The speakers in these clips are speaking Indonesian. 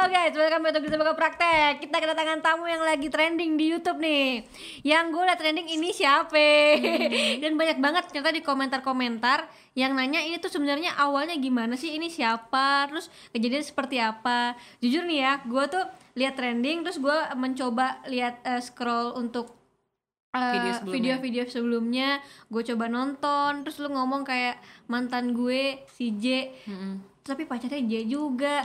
Halo guys, welcome back to Kita Bakal Praktek. Kita kedatangan tamu yang lagi trending di YouTube nih. Yang gue liat trending ini siapa? Dan banyak banget ternyata di komentar-komentar yang nanya ini tuh sebenarnya awalnya gimana sih, ini siapa, terus kejadian seperti apa. Jujur nih ya, gue tuh lihat trending, terus gue mencoba lihat scroll untuk video-video sebelumnya, gue coba nonton, terus lu ngomong kayak mantan gue si J. Tapi pacarnya J juga.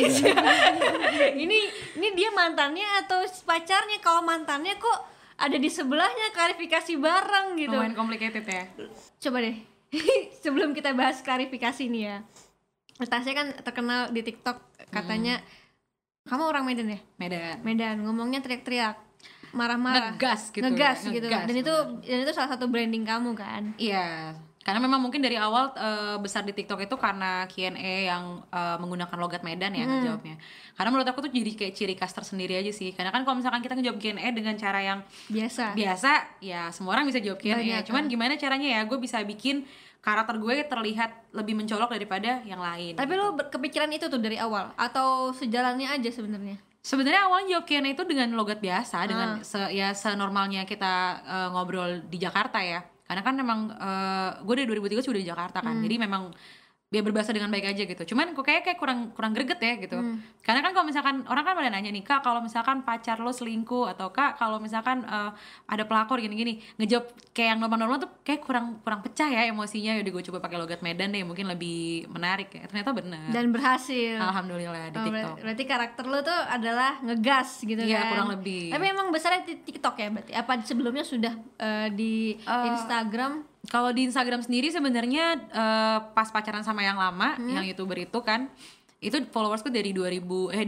ini dia mantannya atau pacarnya? Kalau mantannya kok ada di sebelahnya, klarifikasi bareng gitu. Lumayan complicated ya. Coba deh. Sebelum kita bahas klarifikasi nih ya. Tasya kan terkenal di TikTok katanya kamu orang Medan ya? Medan, ngomongnya teriak-teriak, marah-marah, ngegas gitu. Dan itu salah satu branding kamu kan? Iya. Karena memang mungkin dari awal besar di TikTok itu karena Q&A yang menggunakan logat Medan ya ngejawabnya. Karena menurut aku tuh jadi kayak ciri khas tersendiri aja sih. Karena kan kalau misalkan kita ngejawab Q&A dengan cara yang biasa, ya semua orang bisa jawab Q&A. Banyak, cuman gimana caranya ya gue bisa bikin karakter gue terlihat lebih mencolok daripada yang lain. Tapi gitu. lu kepikiran itu tuh dari awal atau sejalannya aja sebenarnya? Sebenarnya awalnya jawab Q&A itu dengan logat biasa, dengan senormalnya kita ngobrol di Jakarta ya. Karena kan memang gue dari 2003 sudah di Jakarta kan, jadi memang biar berbahasa dengan baik aja gitu. Cuman kok kayak kurang greget ya gitu. Karena kan kalau misalkan orang kan pada nanya nih, Kak kalau misalkan pacar lo selingkuh, atau Kak kalau misalkan ada pelakor gini-gini, ngejawab kayak yang normal-normal tuh kayak kurang pecah ya emosinya. Yaudah gue coba pakai logat Medan deh, mungkin lebih menarik ya. Ternyata benar. Dan berhasil. Alhamdulillah di TikTok. Berarti karakter lo tuh adalah ngegas gitu kan? Iya kurang lebih. Tapi emang besarnya di TikTok ya berarti? Apa sebelumnya sudah di Instagram? Kalau di Instagram sendiri sebenarnya pas pacaran sama yang lama, yang YouTuber itu kan, itu followersku dari 10.000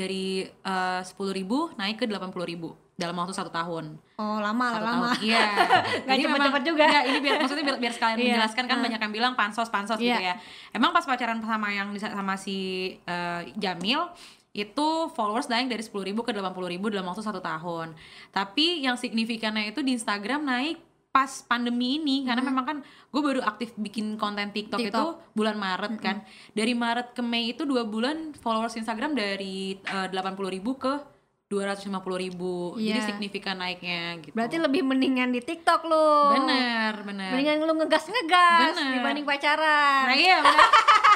naik ke 80.000 dalam waktu 1 tahun. Oh lama. Iya. Nggak cepet-cepet juga. Ya, ini biar sekalian menjelaskan kan banyak yang bilang pansos gitu ya. Emang pas pacaran sama si Jamil itu followers naik dari 10.000 ke 80.000 dalam waktu 1 tahun. Tapi yang signifikannya itu di Instagram naik pas pandemi ini, karena memang kan gue baru aktif bikin konten TikTok itu bulan Maret kan. Dari Maret ke Mei itu 2 bulan followers Instagram dari 80.000 ke 250.000. Jadi signifikan naiknya gitu. Berarti lebih mendingan di TikTok lu. Bener. Mendingan lu ngegas dibanding pacaran. Nah iya bener.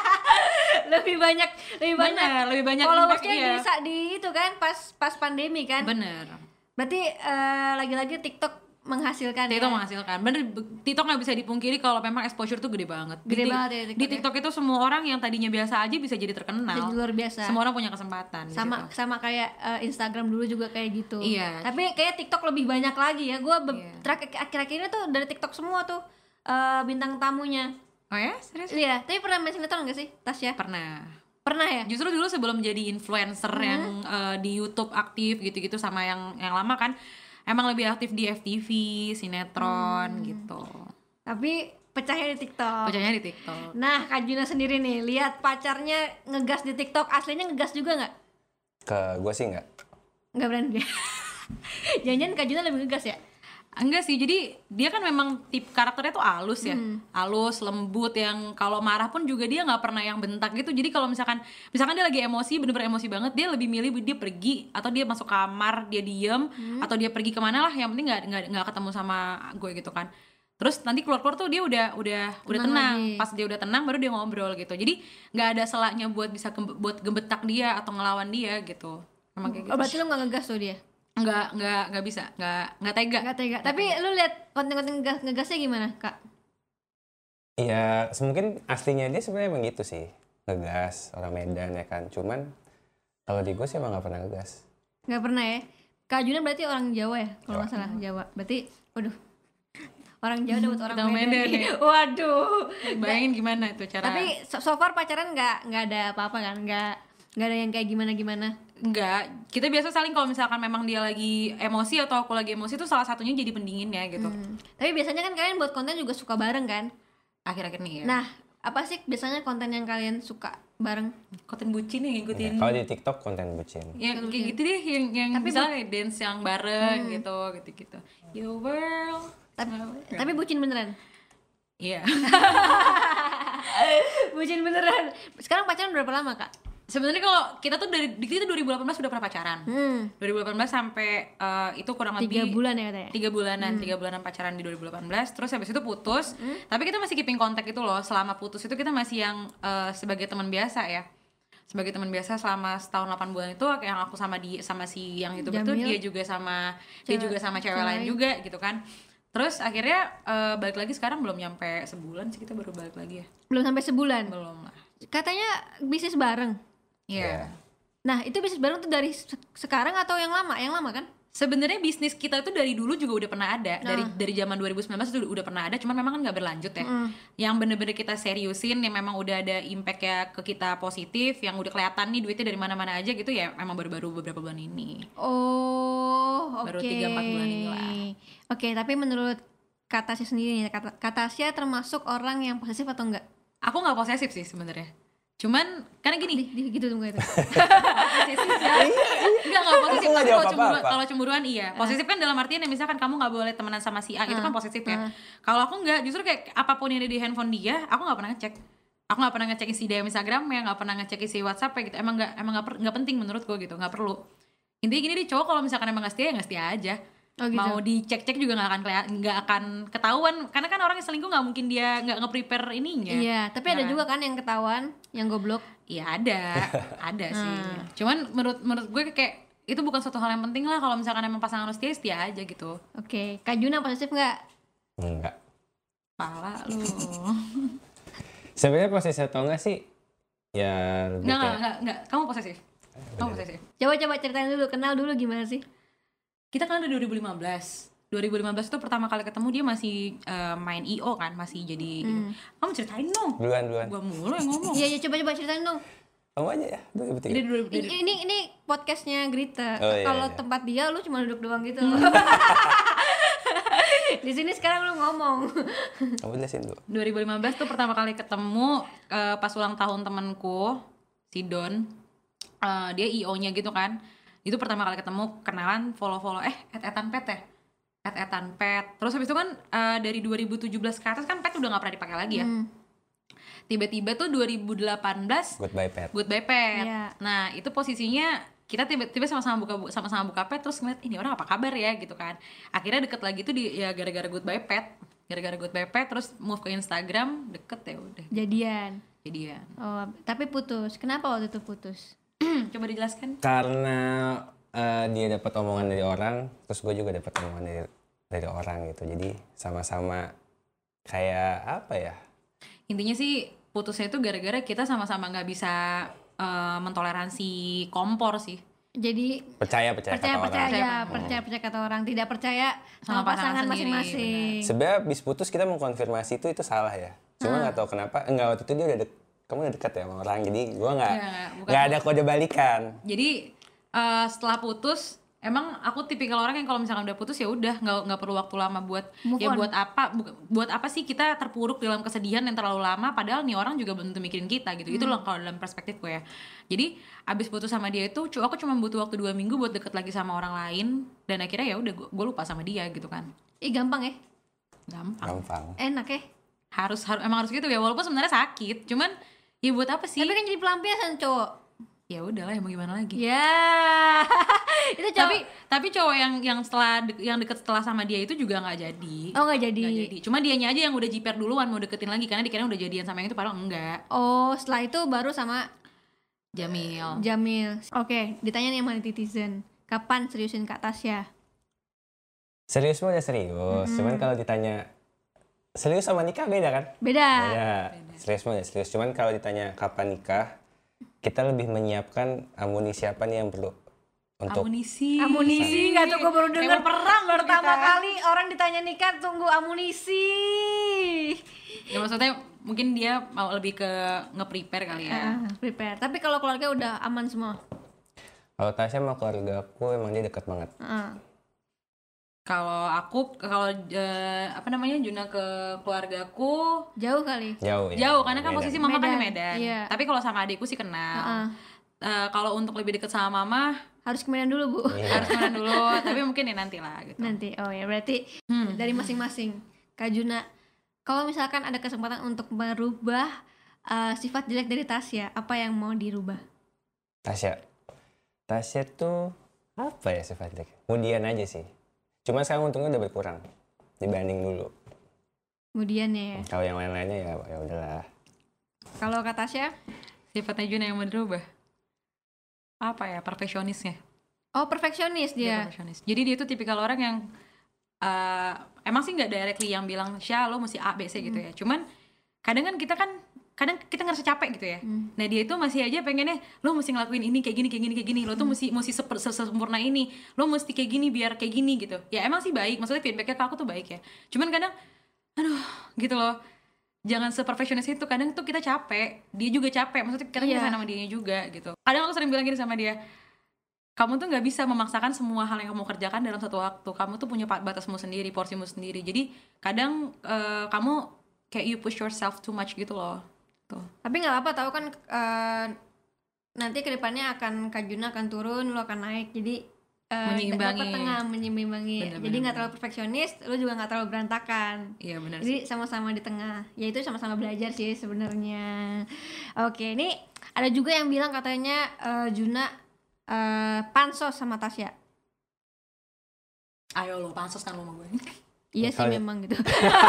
lebih banyak followersnya iya. bisa di itu kan pas pandemi kan. Bener. Berarti lagi-lagi TikTok menghasilkan. Bener, TikTok nggak bisa dipungkiri kalau memang exposure tuh gede banget. Ya, di TikTok itu semua orang yang tadinya biasa aja bisa jadi terkenal. Jadi luar biasa. Semua orang punya kesempatan. Sama kayak Instagram dulu juga kayak gitu. Iya. Tapi kayak TikTok lebih banyak lagi ya. Gue akhir-akhir ini tuh dari TikTok semua tuh bintang tamunya. Oh ya, serius? Iya. Tapi pernah main sinetron nggak sih, Tasya? Pernah ya? Justru dulu sebelum jadi influencer yang di YouTube aktif gitu-gitu sama yang lama kan. Emang lebih aktif di FTV, sinetron gitu. Tapi pecahnya di TikTok. Nah, Kak Juna sendiri nih, lihat pacarnya ngegas di TikTok, aslinya ngegas juga nggak? Ke gue sih nggak berani. Jangan-jangan Kak Juna lebih ngegas ya? Enggak sih, jadi dia kan memang tip karakternya tuh halus ya, halus, lembut, yang kalau marah pun juga dia nggak pernah yang bentak gitu. Jadi kalau misalkan dia lagi emosi, bener-bener emosi banget, dia lebih milih dia pergi, atau dia masuk kamar, dia diem, atau dia pergi kemana lah, yang penting nggak ketemu sama gue gitu kan. Terus nanti keluar tuh dia udah tenang. Pas dia udah tenang baru dia ngobrol gitu. Jadi nggak ada salahnya buat bisa buat gebetak dia atau ngelawan dia gitu. Emang kayak gitu. Oh, berarti lu nggak ngegas tuh dia? Nggak bisa, nggak tega. Tapi lu lihat konten-konten ngegasnya gimana, Kak? Iya, mungkin aslinya dia sebenarnya emang gitu sih, ngegas, orang Medan ya kan. Cuman kalau di gue sih emang nggak pernah ngegas. Nggak pernah ya? Kak Juna berarti orang Jawa ya, kalau nggak salah Jawa. Berarti, waduh, orang Jawa dapat orang Medan ya. Waduh. Bayangin gimana tuh cara. Tapi so far pacaran nggak ada apa-apa kan? Nggak ada yang kayak gimana? Enggak, kita biasa saling kalau misalkan memang dia lagi emosi atau aku lagi emosi, itu salah satunya jadi pendinginnya gitu. Tapi biasanya kan kalian buat konten juga suka bareng kan? Akhir-akhir nih ya. Nah, apa sih biasanya konten yang kalian suka bareng? Konten bucin yang ngikutin. Kalau di TikTok konten bucin. Ya kayak gitu deh, yang tapi misalnya dance yang bareng gitu. Your world. Tapi bucin beneran? Iya. Bucin beneran. Sekarang pacaran berapa lama, Kak? Sebenarnya kalau kita tuh dari kita 2018 udah pernah pacaran. 2018 sampai itu kurang 3 lebih bulan ya katanya. 3 bulanan pacaran di 2018. Terus habis itu putus. Tapi kita masih keeping kontak itu loh. Selama putus itu kita masih yang sebagai teman biasa ya. Sebagai teman biasa selama setahun 8 bulan itu yang aku sama si yang itu betul, dia juga sama cewek lain juga gitu kan. Terus akhirnya balik lagi sekarang belum nyampe sebulan sih, kita baru balik lagi ya. Belum sampai sebulan. Belum lah. Katanya bisnis bareng. Iya. Nah, itu bisnis bareng tuh dari sekarang atau yang lama? Yang lama kan? Sebenarnya bisnis kita itu dari dulu juga udah pernah ada. Dari zaman 2019 itu udah pernah ada, cuman memang kan nggak berlanjut ya. Yang bener-bener kita seriusin, yang memang udah ada impact ya ke kita positif, yang udah kelihatan nih duitnya dari mana-mana aja gitu ya, memang baru-baru beberapa bulan ini. Oh, oke. Baru 3-4 bulan ini lah. Oke, tapi menurut Kak Tasya sendiri nih, Kak Tasya termasuk orang yang posesif atau enggak? Aku nggak posesif sih sebenarnya. Cuman karena gini, Gitu tuh itu. Enggak posesif. Aku nggak jawab Kalau cemburuan iya. Posesif kan dalam artian ya misalkan kamu nggak boleh temenan sama si A, itu kan posesif ya. Kalau aku nggak, justru kayak apapun yang ada di handphone dia, aku nggak pernah ngecek. Aku nggak pernah ngecek isi DM Instagramnya, nggak pernah ngecek isi WhatsApp gitu. Emang nggak penting menurutku gitu, nggak perlu. Intinya gini deh, cowok kalau misalkan emang nggak setia ya nggak setia aja. Oh, gitu. Mau dicek-cek juga nggak akan ketahuan, karena kan orang yang selingkuh nggak mungkin dia nggak nge-prepare ininya. Iya, tapi ada juga kan yang ketahuan, yang goblok. Iya ada sih. Cuman menurut gue kayak itu bukan suatu hal yang penting lah. Kalau misalkan emang pasangan lu setia aja gitu. Oke, Kak Juna posesif nggak? Enggak. Pala lu. Sebenarnya posesif atau enggak sih? Ya lebih Enggak. Kamu posesif. Coba ceritain dulu, kenal dulu gimana sih? Kita kenal dari 2015 itu pertama kali ketemu dia masih main IO kan, masih jadi kamu ceritain dong. Duluan. Gua mulu yang ngomong. Iya, coba ceritain dong. Kamu aja ya, 2003. Ini podcastnya Grita. Oh, iya, Kalau iya. tempat dia lu cuma duduk doang gitu. Di sini sekarang lu ngomong. Kamu jelasin dulu. 2015 tuh pertama kali ketemu pas ulang tahun temanku, si Don. Dia IO-nya gitu kan. Itu pertama kali ketemu, kenalan, follow etan pet ya. Etan pet. Terus habis itu kan dari 2017 ke atas kan pet udah gak pernah dipakai lagi ya. Tiba-tiba tuh 2018 Goodbye pet. Yeah. Nah, itu posisinya kita tiba-tiba sama-sama buka pet, terus ngeliat ini orang apa kabar ya gitu kan. Akhirnya deket lagi tuh ya gara-gara Goodbye pet, terus move ke Instagram, deket ya udah. Jadian. Oh, tapi putus. Kenapa waktu itu putus? coba dijelaskan. Karena dia dapat omongan dari orang, terus gue juga dapat omongan dari orang gitu. Jadi sama-sama kayak apa ya? Intinya sih putusnya itu gara-gara kita sama-sama nggak bisa mentoleransi kompor sih. Jadi percaya kata orang, tidak percaya sama pasangan masing-masing. Sebenarnya habis putus kita mau konfirmasi itu salah ya. Cuma nggak tahu kenapa. Enggak, waktu itu dia kamu udah dekat ya sama orang, jadi gue nggak ada kode balikan. Jadi setelah putus, emang aku tipikal orang yang kalau misalkan udah putus ya udah nggak perlu waktu lama buat buat apa sih kita terpuruk dalam kesedihan yang terlalu lama, padahal nih orang juga belum tentu mikirin kita gitu. Itu loh kalau dalam perspektifku ya. Jadi abis putus sama dia itu aku cuma butuh waktu 2 minggu buat deket lagi sama orang lain, dan akhirnya ya udah gue lupa sama dia gitu kan. Gampang ya? Gampang. Enak ya? Emang harus gitu ya, walaupun sebenarnya sakit, cuman ya buat apa sih? Tapi kan jadi pelampiasan cowok. Ya udahlah, ya mau gimana lagi. Ya. Itu cowok. Tapi cowok yang deket setelah sama dia itu juga nggak jadi. Oh, nggak jadi. Cuma dianya aja yang udah jiper duluan mau deketin lagi, karena dikira udah jadian sama yang itu, padahal enggak. Oh, setelah itu baru sama Jamil. Oke, ditanya nih sama netizen, kapan seriusin Kak Tasya? Serius mah udah serius. Cuman kalau ditanya serius sama nikah beda kan? Beda. Serius mah udah serius. Cuman kalau ditanya kapan nikah, kita lebih menyiapkan amunisi apa nih yang perlu untuk amunisi nggak tuh, gue baru dengar perang pertama kali orang ditanya nikah tunggu amunisi. Ya maksudnya mungkin dia mau lebih ke nge-prepare kali ya. Prepare. Tapi kalau keluarga udah aman semua. Kalau Tasya sama keluarga aku emang dia dekat banget. Kalau Juna ke keluargaku jauh kali. Jauh karena kan posisi mama kan di Medan. Iya. Tapi kalau sama adikku sih kenal. Kalau untuk lebih dekat sama mama harus ke Medan dulu, Bu. Harus ke Medan dulu, tapi mungkin ya nanti lah gitu. Nanti. Oh ya, berarti dari masing-masing. Kak Juna, kalau misalkan ada kesempatan untuk merubah sifat jelek dari Tasya, apa yang mau dirubah? Tasya tuh apa ya sifatnya? Kemudian aja sih. Cuma sekarang untungnya udah berkurang dibanding dulu. Kemudian ya. Kalau yang lain-lainnya ya udahlah. Kalau kata Tasya? Sifatnya Juna yang berubah. Apa ya? Perfeksionisnya. Oh, perfeksionis dia. Perfeksionis. Jadi dia tuh tipikal orang yang emang sih nggak directly yang bilang Syah lo mesti A, B, C gitu ya. Cuman kadang kita ngerasa capek gitu ya. Nah dia itu masih aja pengennya lo mesti ngelakuin ini kayak gini. Lo tuh mesti sempurna ini. Lo mesti kayak gini biar kayak gini gitu. Ya emang sih baik. Maksudnya feedbacknya ke aku tuh baik ya. Cuman kadang aduh gitu loh. Jangan seperfeksionis itu. Kadang tuh kita capek. Dia juga capek. Maksudnya kadang kita sama dianya juga gitu. Kadang aku sering bilang gini sama dia. Kamu tuh nggak bisa memaksakan semua hal yang kamu kerjakan dalam satu waktu. Kamu tuh punya batasmu sendiri, porsimu sendiri. Jadi kadang kamu kayak you push yourself too much gitu loh. Tuh. Tapi nggak apa-apa, tahu kan nanti kedepannya akan Kak Juna akan turun, lo akan naik. Jadi menyimbangi. Bener. Jadi nggak terlalu perfeksionis, lo juga nggak terlalu berantakan. Iya benar. Jadi sama-sama di tengah. Ya itu sama-sama belajar sih sebenarnya. Oke, ini ada juga yang bilang katanya Juna pansos sama Tasya. Ayo lo pansos kan lo sama gue. Iya sih memang gitu.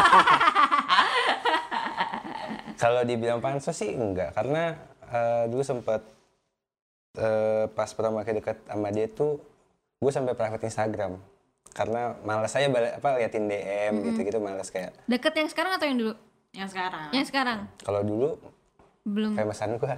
Kalau dibilang pansos sih enggak, karena dulu sempet pas pertama kali dekat sama dia tuh gue sampai private Instagram karena malas saya liatin DM gitu-gitu, malas kayak. Deket yang sekarang atau yang dulu? Yang sekarang. Yang sekarang. Kalau dulu belum. Famousan gue.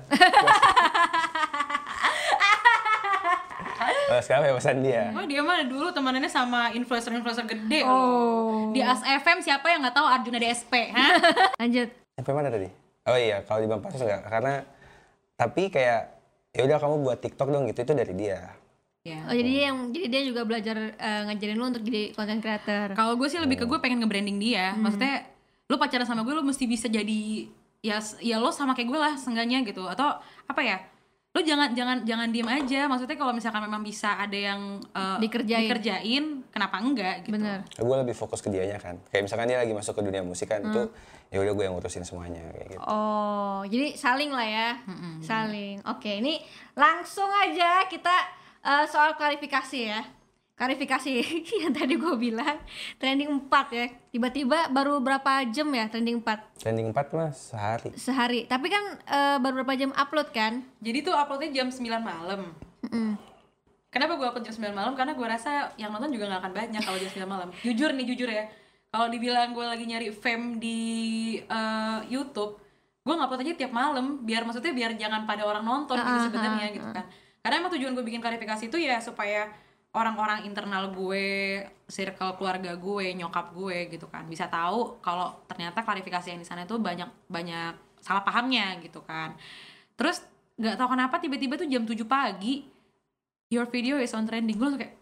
Kalau sekarang famousan dia. Oh dia mah dulu temanannya sama influencer gede. Di As FM siapa yang nggak tahu Arjuna DSP? Hah? Lanjut. Sampai mana tadi? Oh iya, kalau di Bang Pansos enggak, karena tapi kayak ya udah kamu buat TikTok dong gitu, itu dari dia. Yeah. Oh jadi dia juga belajar ngajarin lu untuk jadi content creator. Kalau gue sih lebih ke gue pengen nge-branding dia. Maksudnya lu pacaran sama gue lu mesti bisa jadi ya lo sama kayak gue lah seenggaknya gitu. Atau apa ya? Lu jangan diem aja. Maksudnya kalau misalkan memang bisa ada yang dikerjain, kenapa enggak gitu. Bener. Gue lebih fokus ke dianya kan. Kayak misalkan dia lagi masuk ke dunia musik kan, itu ya udah gue yang ngurusin semuanya kayak gitu. Oh, jadi saling lah ya. Saling. Oke, ini langsung aja kita soal klarifikasi ya. Klarifikasi yang tadi gue bilang trending 4 ya. Tiba-tiba baru berapa jam ya trending 4? Trending 4 mah sehari. Tapi kan baru berapa jam upload kan? Jadi tuh uploadnya jam 9 malam. Kenapa gue upload jam 9 malam? Karena gue rasa yang nonton juga gak akan banyak kalau jam 9 malam. Jujur ya. Kalau dibilang gue lagi nyari fame di YouTube, gue ngupload aja tiap malam. Biar jangan pada orang nonton gitu sebenarnya gitu kan. Karena emang tujuan gue bikin klarifikasi itu ya supaya orang-orang internal gue, circle keluarga gue, nyokap gue gitu kan bisa tahu kalau ternyata klarifikasi yang di sana itu banyak salah pahamnya gitu kan. Terus nggak tahu kenapa tiba-tiba tuh jam 7 pagi your video is on trending. Gue langsung kayak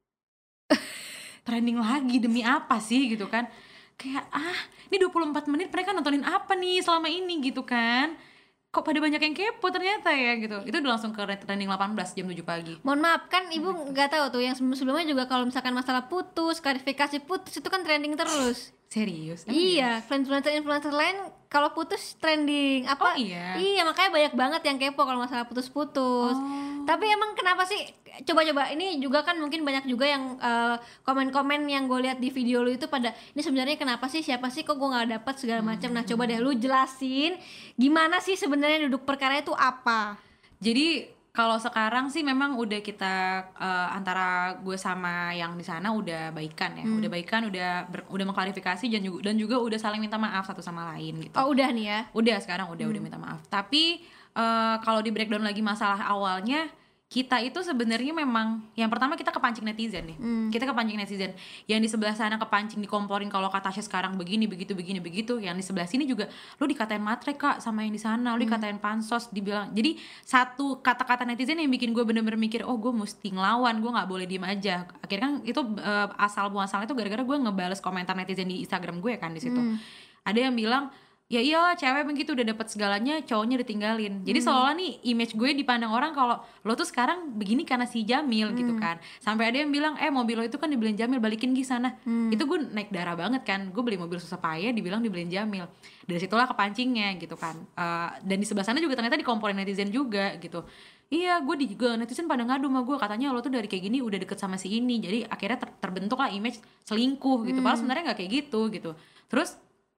trending lagi demi apa sih gitu kan. Kayak ini 24 menit mereka nontonin apa nih selama ini gitu kan. Kok pada banyak yang kepo ternyata ya gitu. Itu udah langsung ke trending 18 jam 7 pagi. Mohon maaf kan ibu nggak tahu tuh yang sebelumnya juga kalau misalkan masalah putus, klarifikasi putus itu kan trending terus. Serius? Iya, influencer lain kalau putus trending apa? Oh iya. Iya, makanya banyak banget yang kepo kalau masalah putus-putus. Tapi emang kenapa sih? Coba-coba ini juga kan mungkin banyak juga yang komen-komen yang gue lihat di video lu itu pada ini sebenarnya kenapa sih, siapa sih, kok gue nggak dapat segala macam. Nah coba deh lu jelasin gimana sih sebenarnya duduk perkara itu apa? Jadi kalau sekarang sih memang udah kita antara gue sama yang di sana udah baikan ya, udah mengklarifikasi dan juga udah saling minta maaf satu sama lain gitu. Oh udah nih ya? Udah sekarang udah minta maaf. Tapi kalau di breakdown lagi masalah awalnya, kita itu sebenarnya memang yang pertama kita kepancing netizen nih. Kita kepancing netizen. Yang di sebelah sana kepancing dikomporin kalau kata Tasya sekarang begini begitu. Yang di sebelah sini juga lu dikatain matre Kak sama yang di sana, lu dikatain pansos, dibilang. Jadi satu kata-kata netizen yang bikin gue bener-bener mikir, oh gue mesti ngelawan, gue nggak boleh diem aja. Akhirnya kan itu asal muasalnya itu gara-gara gue ngebales komentar netizen di Instagram gue kan di situ. Ada yang bilang ya iyalah cewek begitu udah dapat segalanya cowoknya ditinggalin. Jadi seolah nih image gue dipandang orang kalau lo tuh sekarang begini karena si Jamil gitu kan. Sampai ada yang bilang mobil lo itu kan dibeliin Jamil, balikin Gi sana. Itu gue naik darah banget kan. Gue beli mobil susah payah dibilang dibeliin Jamil. Dari situlah kepancingnya gitu kan. Dan di sebelah sana juga ternyata dikomporin netizen juga gitu. Iya, gue juga netizen pada ngadu sama gue, katanya lo tuh dari kayak gini udah deket sama si ini, jadi akhirnya terbentuk lah image selingkuh gitu. Padahal sebenarnya nggak kayak gitu gitu. Terus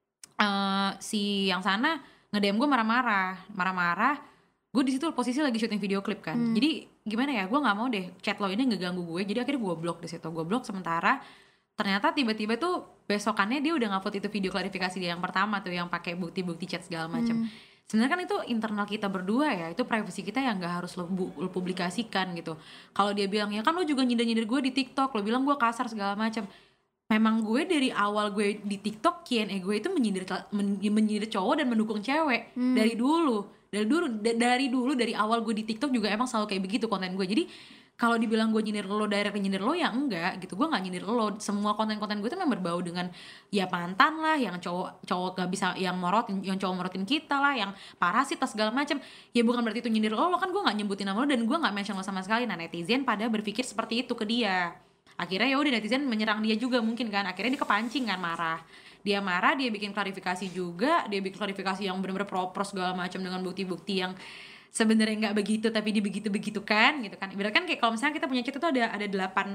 si yang sana nge-DM gue marah-marah. Gue di situ posisi lagi syuting video klip kan. Jadi gimana ya, gue nggak mau deh chat lo ini ngeganggu gue. Jadi akhirnya gue blok di situ. Gue blok sementara. Ternyata tiba-tiba tuh besokannya dia udah ngupload itu video klarifikasi dia yang pertama tuh, yang pakai bukti-bukti chat segala macam. Sebenarnya kan itu internal kita berdua ya, itu privacy kita yang nggak harus lo publikasikan gitu. Kalau dia bilang ya kan lo juga nyindir gue di TikTok, lo bilang gue kasar segala macam. Memang gue dari awal gue di TikTok Q&A gue itu menyindir cowok dan mendukung cewek dari dulu dari awal gue di TikTok juga emang selalu kayak begitu konten gue. Jadi kalau dibilang gue nyindir lo, direct nyindir lo ya enggak gitu. Gue nggak nyindir lo. Semua konten-konten gue itu memang berbau dengan ya mantan lah, yang cowok gak bisa, yang cowok morotin kita lah, yang parasit lah segala macam. Ya bukan berarti itu nyindir lo kan gue nggak nyebutin nama lo dan gue nggak mention lo sama sekali. Nah netizen pada berpikir seperti itu ke dia. Akhirnya ya udah netizen menyerang dia juga mungkin kan. Akhirnya dia kepancing kan, marah, dia bikin klarifikasi juga. Dia bikin klarifikasi yang benar-benar proper segala macam dengan bukti-bukti yang sebenarnya nggak begitu tapi dibegitu kan gitu kan. Ibarat kan kayak kalau misalnya kita punya chat itu ada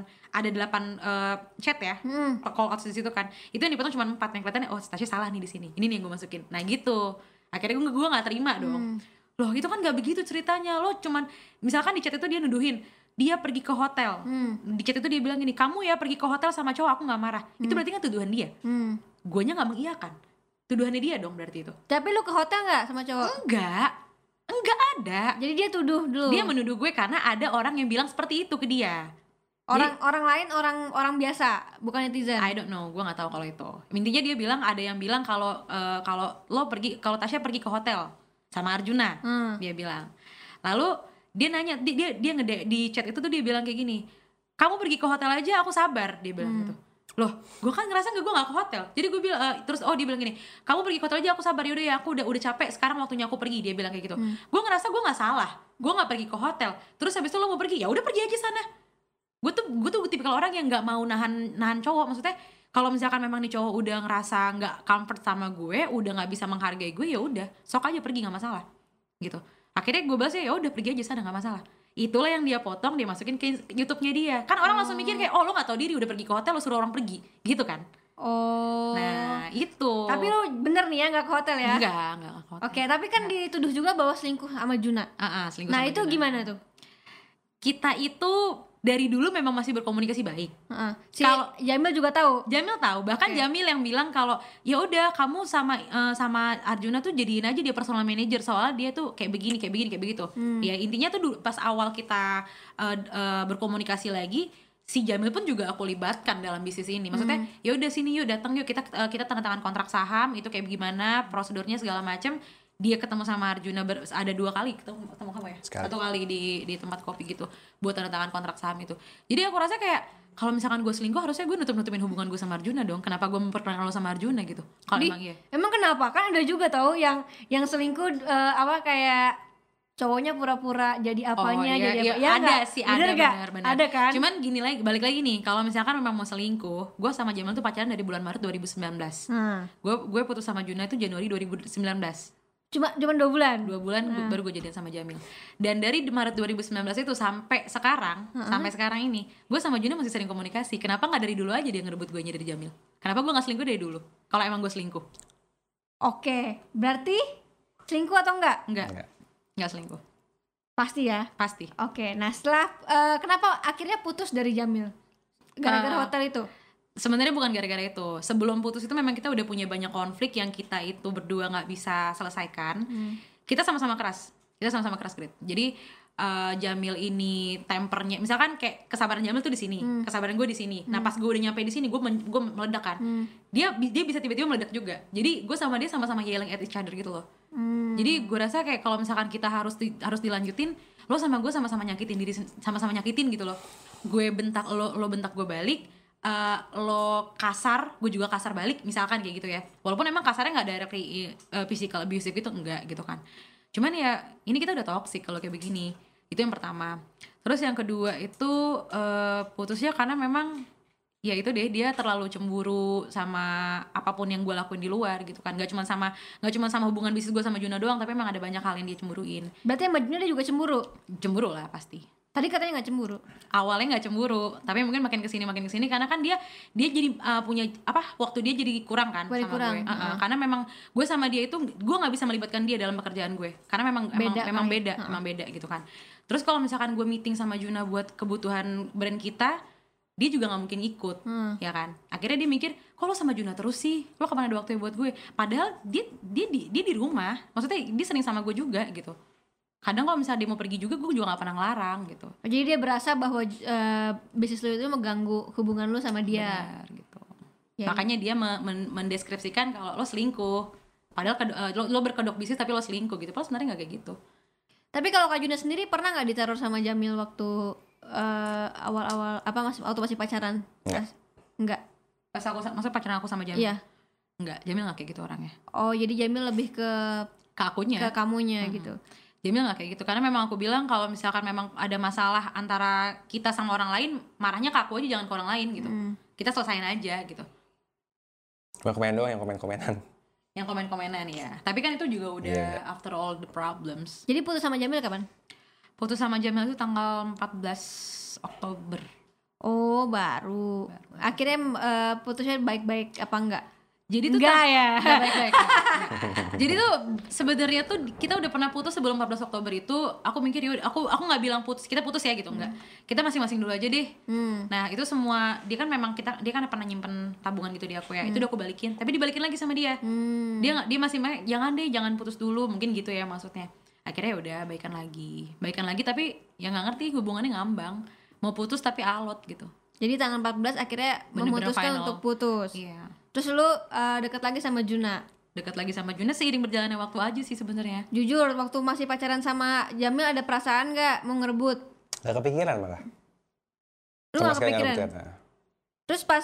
8 chat ya, call out di situ kan. Itu yang dipotong cuma 4, yang kelihatannya oh Tasya salah nih di sini. Ini nih yang gue masukin. Nah gitu. Akhirnya gue nggak terima dong. Loh itu kan nggak begitu ceritanya. Lo cuman misalkan di chat itu dia nuduhin dia pergi ke hotel. Di chat itu dia bilang gini, kamu ya pergi ke hotel sama cowok, aku nggak marah. Itu berarti kan tuduhan dia. Guanya nggak mengiyakan. Tuduhannya dia dong berarti itu. Tapi lu ke hotel nggak sama cowok? Enggak ada. Jadi dia tuduh dulu. Dia menuduh gue karena ada orang yang bilang seperti itu ke dia. Orang lain, orang biasa, bukan netizen. I don't know, gue nggak tahu kalau itu. Intinya dia bilang ada yang bilang kalau Tasya pergi ke hotel sama Arjuna, dia bilang. Lalu dia nanya, dia di chat itu tuh dia bilang kayak gini, kamu pergi ke hotel aja aku sabar, dia bilang gitu. Loh, gue kan ngerasa gue gak ke hotel. Jadi gue bilang, dia bilang gini, kamu pergi ke hotel aja aku sabar, yaudah ya aku udah capek, sekarang waktunya aku pergi, dia bilang kayak gitu. Gue ngerasa gue gak salah, gue gak pergi ke hotel. Terus habis itu lo mau pergi, ya udah pergi aja sana. Gue tuh tipikal orang yang gak mau nahan cowok. Maksudnya kalau misalkan memang nih cowok udah ngerasa gak comfort sama gue, udah gak bisa menghargai gue, ya udah sok aja pergi, gak masalah gitu. Akhirnya gue balas ya udah pergi aja sana, gak masalah. Itulah yang dia potong, dia masukin ke YouTube-nya dia. Kan orang langsung mikir kayak, oh lo gak tahu diri udah pergi ke hotel, lo suruh orang pergi, gitu kan. Nah itu. Tapi lo bener nih ya gak ke hotel ya? Enggak ke hotel. Oke, tapi kan dituduh juga bahwa selingkuh sama Juna. Selingkuh nah sama itu Juna. Gimana tuh? Kita itu dari dulu memang masih berkomunikasi baik. Kalau Jamil juga tahu. Jamil tahu, bahkan Jamil yang bilang kalau ya udah kamu sama Arjuna tuh jadiin aja dia personal manager, soalnya dia tuh kayak begini kayak begitu. Ya intinya tuh pas awal kita berkomunikasi lagi, si Jamil pun juga aku libatkan dalam bisnis ini. Maksudnya ya udah sini yuk, datang yuk, kita tanda tangan kontrak saham, itu kayak gimana prosedurnya segala macem. Dia ketemu sama Arjuna ada 2 kali ketemu kamu ya? Sekali. 1 kali di tempat kopi gitu buat tanda tangan kontrak saham itu. Jadi aku rasa kayak kalau misalkan gue selingkuh harusnya gue nutupin hubungan gue sama Arjuna dong. Kenapa gue memperkenalkan lo sama Arjuna gitu? Kalau emang iya. Emang kenapa? Kan ada juga tahu yang selingkuh kayak cowoknya pura-pura jadi apanya jadi ya ada sih, ada benar. Ada kan? Cuman gini lagi, balik lagi nih, kalau misalkan memang mau selingkuh, gue sama Jamal tuh pacaran dari bulan Maret 2019. Gue putus sama Juna itu Januari 2019. Cuma 2 bulan? 2 bulan baru gue jadian sama Jamil. Dan dari Maret 2019 itu sampai sekarang ini, gue sama Juna masih sering komunikasi. Kenapa gak dari dulu aja dia ngerebut gue dari Jamil? Kenapa gue gak selingkuh dari dulu? Kalau emang gue selingkuh. Oke, berarti selingkuh atau enggak? Enggak selingkuh. Pasti ya? Pasti. Oke, nah setelah kenapa akhirnya putus dari Jamil? Gara-gara hotel itu? Sebenarnya bukan gara-gara itu. Sebelum putus itu memang kita udah punya banyak konflik yang kita itu berdua nggak bisa selesaikan. Kita sama-sama keras Grit. Jadi Jamil ini tempernya, misalkan kayak kesabaran Jamil tuh di sini, kesabaran gue di sini. Nah pas gue udah nyampe di sini, gue meledak kan. Dia bisa tiba-tiba meledak juga. Jadi gue sama dia sama-sama yelling at each other gitu loh. Jadi gue rasa kayak kalau misalkan kita harus dilanjutin, lo sama gue sama-sama nyakitin diri, sama-sama nyakitin gitu loh. Gue bentak lo bentak gue balik. Lo kasar, gue juga kasar balik, misalkan kayak gitu ya. Walaupun emang kasarnya nggak directly physical abusive itu enggak gitu kan. Cuman ya ini kita udah toxic kalau kayak begini. Itu yang pertama. Terus yang kedua itu putusnya karena memang ya itu deh, dia terlalu cemburu sama apapun yang gue lakuin di luar gitu kan. Gak cuma sama hubungan bisnis gue sama Juna doang, tapi emang ada banyak hal yang dia cemburuin. Berarti sama Juna dia juga cemburu? Cemburu lah pasti. Tadi katanya nggak cemburu. Awalnya nggak cemburu, tapi mungkin makin kesini karena kan dia jadi punya waktu dia jadi kurang kan sama kurang. gue. Karena memang gue sama dia itu gue nggak bisa melibatkan dia dalam pekerjaan gue, karena memang beda gitu kan. Terus kalau misalkan gue meeting sama Juna buat kebutuhan brand kita, dia juga nggak mungkin ikut, ya kan. Akhirnya dia mikir, kok lo sama Juna terus sih, lo kemana ada waktu buat gue? Padahal dia di rumah, maksudnya dia sering sama gue juga gitu. Kadang kalau misalnya dia mau pergi juga, gue juga gak pernah ngelarang gitu. Jadi dia berasa bahwa bisnis lo itu mengganggu hubungan lo sama dia. Benar, gitu. Ya, makanya dia mendeskripsikan kalau lo selingkuh. Padahal lo berkedok bisnis tapi lo selingkuh gitu. Padahal sebenarnya gak kayak gitu. Tapi kalau Kak Juna sendiri pernah gak diteror sama Jamil waktu awal-awal waktu masih pacaran? Enggak. Pas maksudnya pacaran aku sama Jamil? Iya. Enggak, Jamil gak kayak gitu orangnya. Oh, jadi Jamil lebih ke akunya. Ke kamunya gitu. Jamil gak kayak gitu, karena memang aku bilang kalau misalkan memang ada masalah antara kita sama orang lain, marahnya ke aku aja, jangan ke orang lain gitu. Kita selesain aja gitu. Cuma komen doang yang komen-komenan. Yang komen-komenan ya. Tapi kan itu juga udah after all the problems. Jadi putus sama Jamil kapan? Putus sama Jamil itu tanggal 14 Oktober. Oh, baru. Akhirnya putusnya baik-baik apa enggak? Jadi tuh enggak ya. Enggak baik-baik. Jadi tuh sebenarnya tuh kita udah pernah putus sebelum 14 Oktober itu. Aku mikir yaudah, aku nggak bilang kita putus ya gitu, enggak. Kita masing-masing dulu aja deh. Nah, itu semua dia kan pernah nyimpen tabungan gitu di aku ya. Itu udah aku balikin, tapi dibalikin lagi sama dia. Dia masih jangan putus dulu, mungkin gitu ya maksudnya. Akhirnya udah baikan lagi tapi ya nggak ngerti, hubungannya ngambang. Mau putus tapi alot gitu. Jadi tanggal 14 akhirnya Bener-bener memutuskan final. untuk putus. Iya. Terus lu deket lagi sama Juna? Dekat lagi sama Juna seiring berjalannya waktu aja sih sebenarnya. Jujur, waktu masih pacaran sama Jamil ada perasaan nggak mau ngerebut? Gak kepikiran malah. Lu nggak kepikiran? Terus pas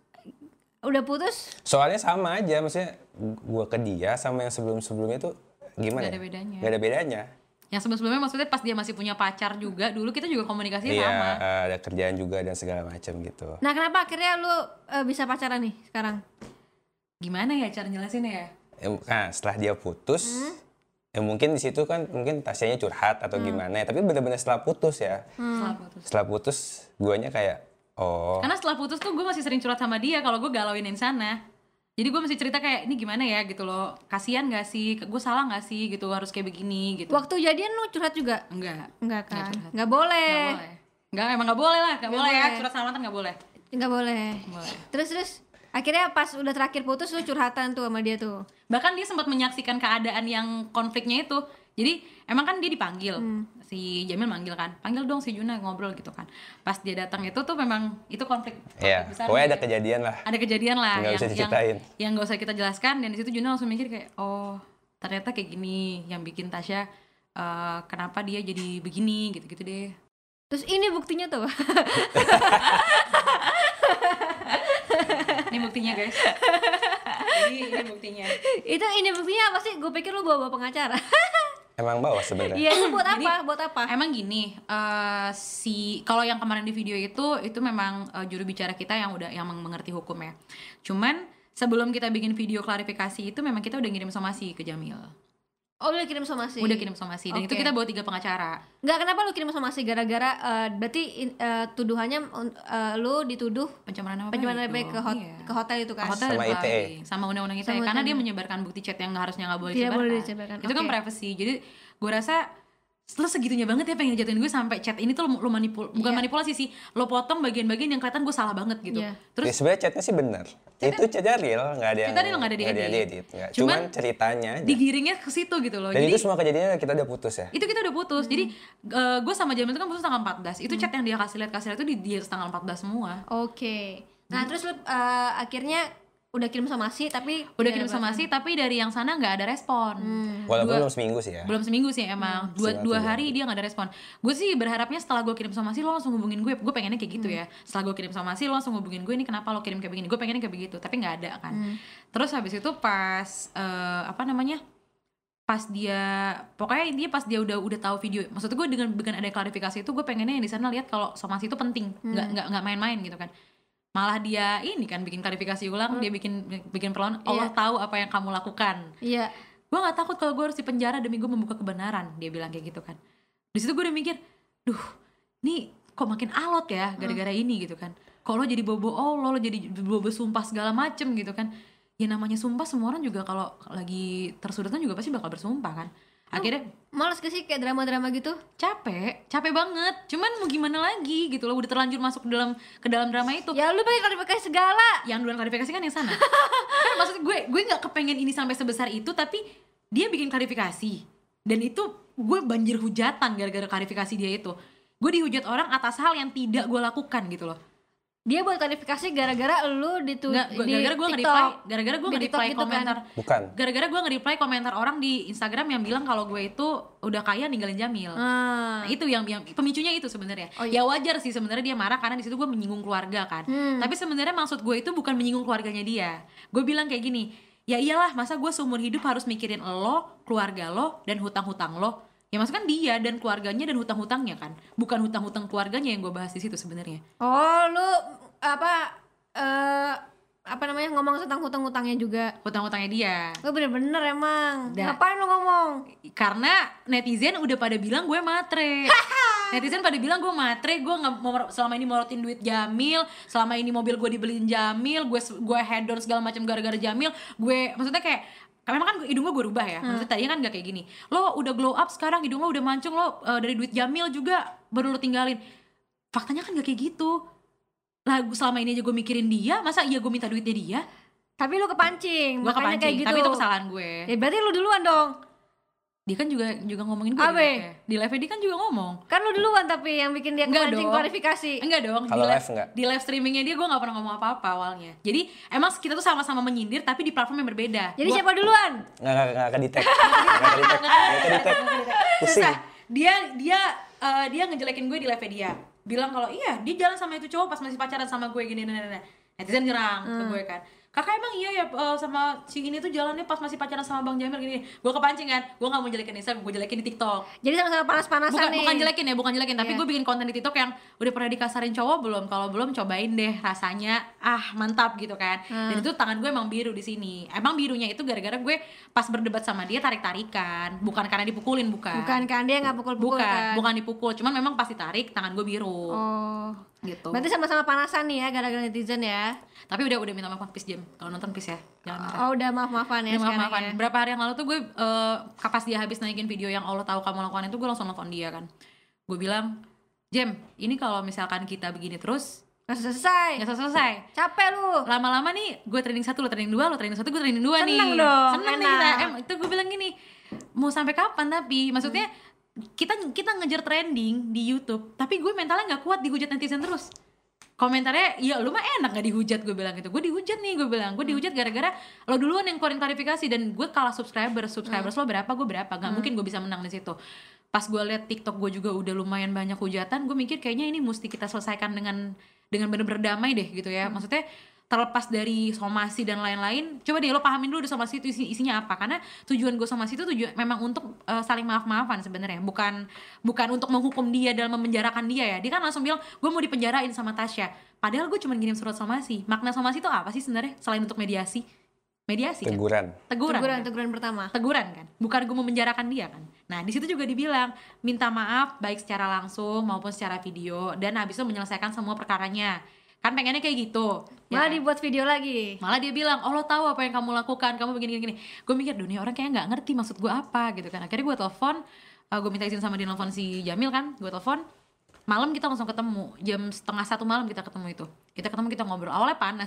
udah putus? Soalnya sama aja, maksudnya gue ke dia sama yang sebelum-sebelumnya tuh gimana? Gak ada bedanya. Gak ada bedanya. Yang sebelum-sebelumnya maksudnya pas dia masih punya pacar juga, dulu kita juga komunikasinya sama. Iya, ada kerjaan juga dan segala macam gitu. Nah, kenapa akhirnya lu bisa pacaran nih sekarang? Gimana ya cara jelasinnya ya? Nah, setelah dia putus, ya mungkin di situ kan mungkin Tasyanya curhat atau gimana ya, tapi benar-benar setelah putus ya. Setelah putus, guanya kayak Karena setelah putus tuh gue masih sering curhat sama dia kalau gue galauin yang sana. Jadi gue masih cerita kayak ini gimana ya gitu loh, kasihan gak sih, gue salah gak sih gitu, harus kayak begini gitu. Waktu jadian lu curhat juga? Enggak kan? Nggak boleh. Emang gak boleh lah, gak boleh ya, curhat sama mantan gak boleh. Nggak boleh. Terus akhirnya pas udah terakhir putus lu curhatan tuh sama dia tuh? Bahkan dia sempat menyaksikan keadaan yang konfliknya itu. Jadi emang kan dia dipanggil, si Jamil manggil kan, panggil dong si Juna ngobrol gitu kan. Pas dia datang itu tuh memang itu konflik besar. Pokoknya ada kejadian lah. Ada kejadian lah nggak bisa diceritain. Yang nggak usah kita jelaskan, dan di situ Juna langsung mikir kayak ternyata kayak gini yang bikin Tasya kenapa dia jadi begini gitu-gitu deh. Terus ini buktinya tuh. Ini buktinya guys. Ini buktinya. Ini buktinya apa sih? Gue pikir lu bawa pengacara. Emang bawa sebenarnya. Iya, itu buat apa? Buat apa? Emang gini, kalau yang kemarin di video itu memang juru bicara kita yang mengerti hukum ya. Cuman sebelum kita bikin video klarifikasi itu memang kita udah ngirim somasi ke Jamil. Oh, udah kirim somasi? Udah kirim somasi, dan itu kita bawa 3 pengacara. Enggak, kenapa lu kirim somasi? Gara-gara berarti tuduhannya lu dituduh pencemaran baik ke hotel itu kan? Ke hotel sama ITE. Sama undang-undang ITE, karena dia menyebarkan bukti chat yang harusnya nggak boleh disebarkan. Itu kan privacy. Jadi gue rasa lo segitunya banget ya pengen jatuhin gue sampai chat ini tuh lo bukan manipulasi sih, lo potong bagian-bagian yang kelihatan gue salah banget gitu. Terus sebenarnya chatnya sih benar. Itu chat real, nggak ada yang diedit. Cuman ceritanya aja. Digiringnya ke situ gitu loh. Dan jadi, itu semua kejadiannya kita udah putus ya. Itu kita udah putus. Jadi gue sama Jamil itu kan putus tanggal 14. Itu chat yang dia kasih lihat itu di tanggal 14 semua. Oke. Nah, terus lu akhirnya udah kirim somasi tapi dari yang sana nggak ada respon. Walaupun belum seminggu sih ya. Belum seminggu sih emang. Dua hari dia nggak ada respon. Gue sih berharapnya setelah gue kirim somasi lo langsung hubungin gue. Gue pengennya kayak gitu ya. Setelah gue kirim somasi lo langsung hubungin gue, ini kenapa lo kirim kayak begini. Gue pengennya kayak begitu, tapi nggak ada kan. Terus habis itu pas pas dia udah tahu video. Maksud gue dengan ada klarifikasi itu, gue pengennya yang di sana lihat kalau somasi itu penting, nggak main-main gitu kan. malah dia ini kan bikin klarifikasi ulang, dia bikin perlawanan, Allah tahu apa yang kamu lakukan. Iya. Gue nggak takut kalau gue harus dipenjara demi gue membuka kebenaran, dia bilang kayak gitu kan. Di situ gue udah mikir, duh, nih kok makin alot ya gara-gara ini gitu kan. Kok lo jadi bobo Allah, lo jadi bobo sumpah segala macem gitu kan. Ya namanya sumpah, semua orang juga kalau lagi tersudutan juga pasti bakal bersumpah kan. Akhirnya males gak sih kayak drama-drama gitu? capek banget. Cuman mau gimana lagi gitu loh, udah terlanjur masuk ke dalam drama itu. Ya lu pakai klarifikasi segala. Yang duluan klarifikasi kan yang sana. Kan maksud gue nggak kepengen ini sampai sebesar itu, tapi dia bikin klarifikasi dan itu gue banjir hujatan gara-gara klarifikasi dia itu. Gue dihujat orang atas hal yang tidak gue lakukan gitu loh. Dia buat klarifikasi gara-gara lu gara-gara gue nge-reply gitu komentar kan? Bukan. gara-gara gue nge-reply komentar orang di Instagram yang bilang kalau gue itu udah kaya ninggalin Jamil. Nah, itu yang pemicunya itu sebenarnya. Ya wajar sih sebenarnya dia marah karena di situ gue menyinggung keluarga kan. Tapi sebenarnya maksud gue itu bukan menyinggung keluarganya dia. Gue bilang kayak gini, ya iyalah, masa gue seumur hidup harus mikirin lo, keluarga lo, dan hutang-hutang lo. Ya maksudnya kan dia dan keluarganya dan hutang-hutangnya kan, bukan hutang-hutang keluarganya yang gue bahas di situ sebenarnya. Oh, lu apa namanya, ngomong tentang hutang-hutangnya juga. Hutang-hutangnya dia. Lu bener-bener emang. Ngapain lu ngomong? Karena netizen udah pada bilang gue matre. Netizen pada bilang gue matre, gue nggak mau selama ini morotin duit Jamil, selama ini mobil gue dibeliin Jamil, gue head down segala macam gara-gara Jamil. Gue maksudnya kayak memang kan hidung gue rubah ya. Maksudnya tadinya kan gak kayak gini. Lo udah glow up sekarang, hidung lo udah mancung, lo dari duit Jamil juga baru lo tinggalin. Faktanya kan gak kayak gitu. Lah selama ini aja gue mikirin dia, masa iya gue minta duitnya dia? Tapi lu kepancing, Gue makanya kepancing, kayak gitu. tapi itu kesalahan gue. Ya berarti lu duluan dong. Dia kan juga ngomongin gue di live dia kan juga ngomong. Kan lu duluan tapi yang bikin dia kepancing klarifikasi. Enggak dong. Kalau live enggak? Di live streamingnya dia gue gak pernah ngomong apa-apa awalnya. Jadi emang kita tuh sama-sama menyindir tapi di platform yang berbeda. Jadi siapa duluan? Nggak kedetek. Nggak kedetek. Pusing. Dia ngejelekin gue di live dia. Bilang kalau iya dia jalan sama itu cowok pas masih pacaran sama gue gini. Netizen nyerang ke gue kan. Kakak emang iya ya sama si ini tuh jalannya pas masih pacaran sama Bang Jamil gini. Gue kepancing kan, gue gak mau jelekin Instagram, gue jelekin di TikTok. Jadi sama-sama panas-panasan nih. Bukan jelekin, tapi gue bikin konten di TikTok yang udah pernah dikasarin cowok belum? Kalau belum cobain deh rasanya, mantap gitu kan. Dan itu tangan gue emang biru di sini. Emang birunya itu gara-gara gue pas berdebat sama dia tarik-tarikan, bukan karena dipukulin, bukan. Bukan kan, dia gak pukul-pukul kan. Bukan dipukul, cuman memang pas ditarik tangan gue biru. Oh. Gitu. Berarti sama-sama panasan nih ya gara-gara netizen ya. Tapi udah minta maaf Peace Jam. Kalau nonton Peace ya. Jangan marah. Oh, udah maaf-maafan ya sekarang ya. Berapa hari yang lalu tuh gue pas dia habis naikin video yang Allah tahu kamu lakukan itu, gue langsung nelfon dia kan. Gue bilang, "Jam, ini kalau misalkan kita begini terus Gak selesai. Capek lu. Lama-lama nih gue trending 1, lo trending 2, lo trending 1, gue trending 2 nih. Seneng dong. Seneng nih kita. Itu gue bilang gini, mau sampai kapan tapi maksudnya kita ngejar trending di YouTube, tapi gue mentalnya nggak kuat dihujat netizen terus. Komentarnya, ya lu mah enak gak dihujat, gue bilang gitu. Gue dihujat nih, gue bilang. Gue dihujat gara-gara lo duluan yang keluarin klarifikasi dan gue kalah subscribers lo berapa, gue berapa. Gak mungkin gue bisa menang di situ. Pas gue liat TikTok gue juga udah lumayan banyak hujatan, gue mikir kayaknya ini mesti kita selesaikan dengan bener-bener damai deh gitu ya. Maksudnya terlepas dari somasi dan lain-lain, coba deh lo pahamin dulu somasi itu isinya apa, karena tujuan gue somasi itu memang untuk saling maaf-maafan sebenarnya, bukan untuk menghukum dia dalam memenjarakan dia ya. Dia kan langsung bilang gue mau dipenjarain sama Tasya, padahal gue cuma ngirim surat somasi. Makna somasi itu apa sih sebenarnya selain untuk mediasi teguran. Kan? Teguran pertama. Teguran kan, bukan gue memenjarakan dia kan. Nah di situ juga dibilang minta maaf baik secara langsung maupun secara video, dan habis itu menyelesaikan semua perkaranya. Kan pengennya kayak gitu. Malah ya. dibuat video lagi. Malah dia bilang, lo tahu apa yang kamu lakukan, kamu begini. Gue mikir, dunia orang kayaknya nggak ngerti maksud gue apa gitu kan. Akhirnya gue telepon, gue minta izin sama dia nelfon si Jamil kan. Gue telepon, malam kita langsung ketemu, jam 12:30 malam kita ketemu itu. Kita ngobrol, awalnya panas.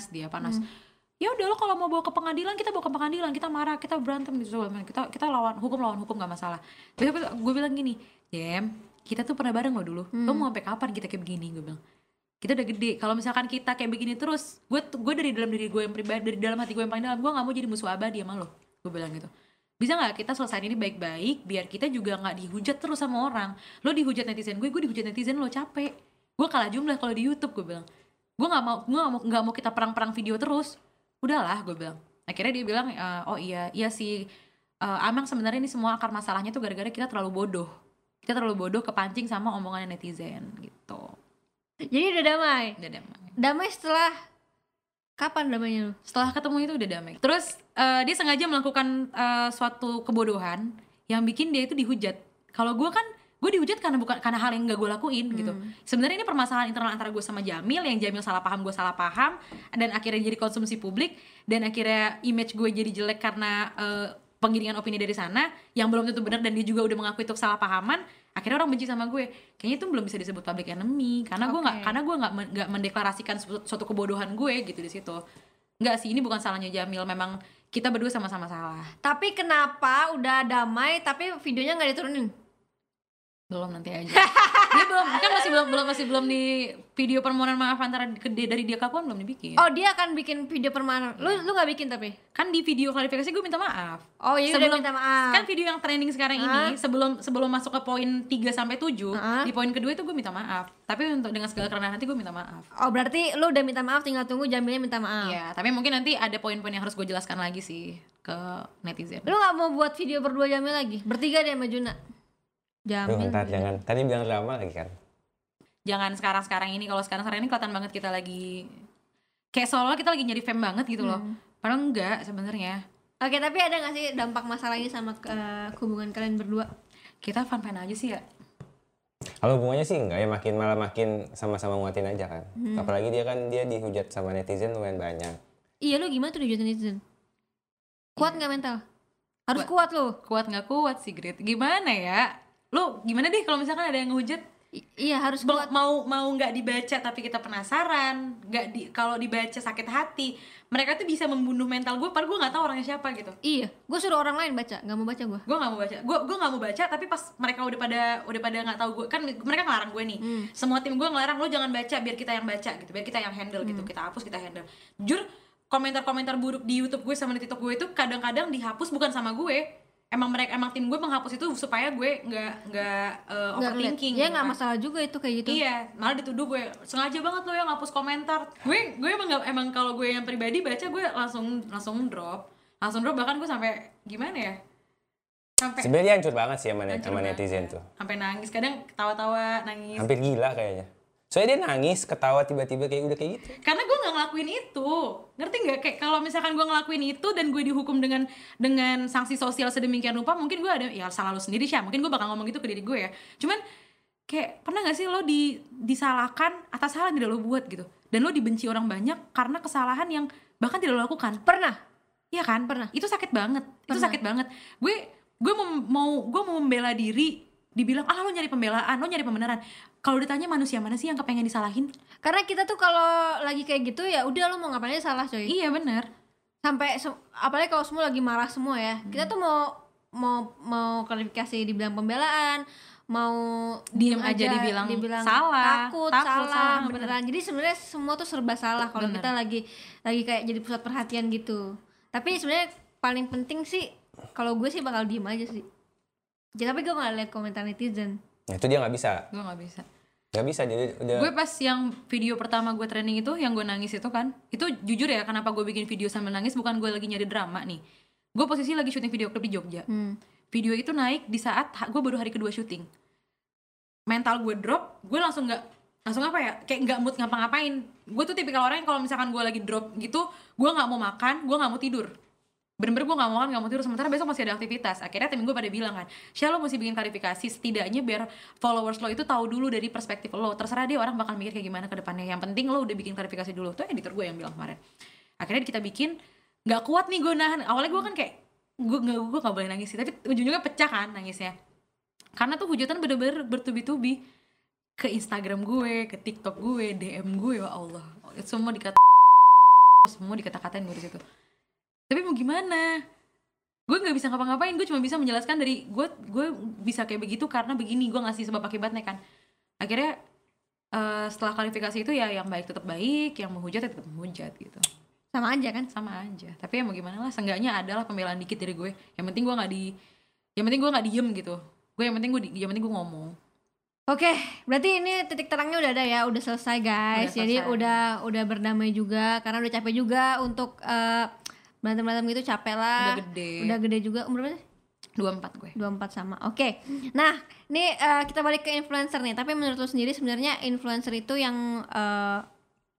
Ya udah, lo kalau mau bawa ke pengadilan, kita bawa ke pengadilan, kita marah, kita berantem gitu, kita lawan hukum nggak masalah. Tapi gue bilang gini, Jam, kita tuh pernah bareng lo dulu. Lo mau sampai kapan kita kayak begini? Gue bilang, kita udah gede. Kalau misalkan kita kayak begini terus, gue dari dalam diri gue yang pribadi, dari dalam hati gue yang paling dalam, gue nggak mau jadi musuh abadi sama lo. Gue bilang gitu. Bisa nggak kita selesaiin ini baik-baik, biar kita juga nggak dihujat terus sama orang. Lo dihujat netizen gue dihujat netizen lo, capek. Gue kalah jumlah kalau di YouTube, gue bilang. Gue nggak mau kita perang video terus. Udahlah, gue bilang. Akhirnya dia bilang, oh iya sih. Emang sebenarnya ini semua akar masalahnya tuh gara-gara kita terlalu bodoh. Kita terlalu bodoh kepancing sama omongan netizen gitu. Jadi udah damai. Damai setelah Kapan damainya lu? Setelah ketemu itu udah damai. Terus dia sengaja melakukan suatu kebodohan yang bikin dia itu dihujat. Kalau gue kan, gue dihujat karena bukan karena hal yang gak gue lakuin gitu. Sebenarnya ini permasalahan internal antara gue sama Jamil, yang Jamil salah paham, gue salah paham, dan akhirnya jadi konsumsi publik, dan akhirnya image gue jadi jelek karena penggiringan opini dari sana yang belum tentu benar, dan dia juga udah mengakui itu salah pahaman. Akhirnya orang benci sama gue. Kayaknya itu belum bisa disebut public enemy karena gue nggak mendeklarasikan suatu kebodohan gue gitu di situ. Nggak sih, ini bukan salahnya Jamil, memang kita berdua sama-sama salah. Tapi kenapa udah damai tapi videonya nggak diturunin? Belum, nanti aja. Dia masih belum di video permohonan maaf antara dari dia ke aku kan belum dibikin. Oh, dia akan bikin video permohonan. Lu nggak bikin tapi? Kan di video klarifikasi gue minta maaf. Oh iya, udah minta maaf. Kan video yang trending sekarang ini sebelum masuk ke poin 3 sampai 7, di poin kedua itu gue minta maaf. Tapi untuk dengan segala kerendahan hati gue minta maaf. Oh, berarti lu udah minta maaf, tinggal tunggu Jamilnya minta maaf. Iya, tapi mungkin nanti ada poin-poin yang harus gue jelaskan lagi sih ke netizen. Lu nggak mau buat video berdua Jamil lagi? Bertiga deh sama Juna. Jamil. Jangan. Tadi bilang drama lagi kan. Jangan sekarang ini. Kalau sekarang ini kelihatan banget kita lagi kayak seolah kita lagi nyari fame banget gitu loh. Padahal enggak sebenarnya. Oke, tapi ada nggak sih dampak masalah ini sama hubungan kalian berdua? Kita fan-fan aja sih ya. Kalau hubungannya sih enggak ya, makin sama-sama nguatin aja kan. Apalagi dia dihujat sama netizen lumayan banyak. Iya, lu gimana tuh dihujat netizen? Kuat nggak mental? Harus kuat lu. Kuat nggak kuat sih, Grit. Gimana ya? Lu gimana deh kalau misalkan ada yang ngehujat? Iya, harus kuat. Mau nggak dibaca tapi kita penasaran, kalau dibaca sakit hati, mereka tuh bisa membunuh mental gue, padahal gue nggak tahu orangnya siapa gitu. Iya, gue suruh orang lain baca, nggak mau baca gue. Gue nggak mau baca, gue nggak mau baca, tapi pas mereka udah pada nggak tahu gue, kan mereka ngelarang gue nih, semua tim gue ngelarang, lo jangan baca, biar kita yang baca gitu, biar kita yang handle gitu, kita hapus, kita handle. Jujur, komentar-komentar buruk di YouTube gue sama di TikTok gue itu kadang-kadang dihapus bukan sama gue. Emang tim gue menghapus itu supaya gue nggak overthinking. Ya nggak masalah juga itu kayak gitu. Iya, malah dituduh gue sengaja banget lo yang ngapus komentar. Gue emang kalau gue yang pribadi baca gue langsung drop, bahkan gue sampai gimana ya? Sebenarnya hancur banget sih sama netizen tuh. Sampai nangis, kadang ketawa-tawa, nangis. Hampir gila kayaknya. Soalnya dia nangis, ketawa tiba-tiba kayak udah kayak gitu. Karena gue nggak ngelakuin itu, ngerti nggak? Kayak kalau misalkan gue ngelakuin itu dan gue dihukum dengan sanksi sosial sedemikian rupa, mungkin gue ada ya salah lo sendiri sih. Mungkin gue bakal ngomong gitu ke diri gue ya. Cuman kayak pernah nggak sih lo disalahkan atas hal yang tidak lo buat gitu, dan lo dibenci orang banyak karena kesalahan yang bahkan tidak lo lakukan? Pernah? Iya kan? Pernah. Itu sakit banget. Pernah. Itu sakit banget. Gue mau membela diri, dibilang lo nyari pembelaan, lo nyari pembenaran. Kalau ditanya manusia mana sih yang kepengen disalahin? Karena kita tuh kalau lagi kayak gitu ya udah, lo mau ngapain aja salah coy. Iya benar. Sampai apalagi kalau semua lagi marah semua ya, kita tuh mau klarifikasi dibilang pembelaan, mau diem aja dibilang salah, takut salah beneran. Jadi sebenarnya semua tuh serba salah kalau kita lagi kayak jadi pusat perhatian gitu. Tapi sebenarnya paling penting sih kalau gue sih bakal diem aja sih. Ya, tapi gue nggak liat komentar netizen. Nah, itu dia nggak bisa. Gue nggak bisa. Nggak bisa, jadi udah. Gue pas yang video pertama gue trending itu, yang gue nangis itu kan, itu jujur ya, kenapa gue bikin video sambil nangis, bukan gue lagi nyari drama nih. Gue posisi lagi syuting video klip di Jogja. Video itu naik di saat gue baru hari kedua syuting. Mental gue drop, gue langsung apa ya, kayak nggak mood ngapa-ngapain. Gue tuh tipikal orang yang kalau misalkan gue lagi drop gitu, gue nggak mau makan, gue nggak mau tidur. Bener-bener gue gak mau makan, gak mau tidur, sementara besok masih ada aktivitas. Akhirnya tim gue pada bilang kan, Syah, lo mesti bikin klarifikasi setidaknya biar followers lo itu tahu dulu dari perspektif lo. Terserah dia orang bakal mikir kayak gimana ke depannya, yang penting lo udah bikin klarifikasi dulu. Itu editor gue yang bilang kemarin. Akhirnya kita bikin, gak kuat nih gue nahan. Awalnya gue kan kayak gue gak boleh nangis sih, tapi ujung-ujungnya pecah kan nangisnya. Karena tuh hujatan bener-bener bertubi-tubi ke Instagram gue, ke TikTok gue, DM gue, ya Allah, semua dikata-katain gue di situ. Tapi mau gimana? Gue nggak bisa ngapa-ngapain, gue cuma bisa menjelaskan dari gue bisa kayak begitu karena begini, gue ngasih sebab akibatnya kan. Akhirnya setelah klarifikasi itu ya yang baik tetap baik, yang menghujat ya tetap menghujat gitu. Sama aja kan? Sama aja. Tapi ya mau gimana lah, seenggaknya adalah pembelaan dikit dari gue. Yang penting gue nggak diem gitu. Yang penting gue ngomong. Oke, berarti ini titik terangnya udah ada ya, udah selesai guys. Jadi udah berdamai juga karena udah capek juga untuk berantem gitu, capek lah. Udah gede juga. Umur berapa sih? 24 gue. 24 sama. Oke. Nah, ini kita balik ke influencer nih. Tapi menurut lo sendiri sebenarnya influencer itu yang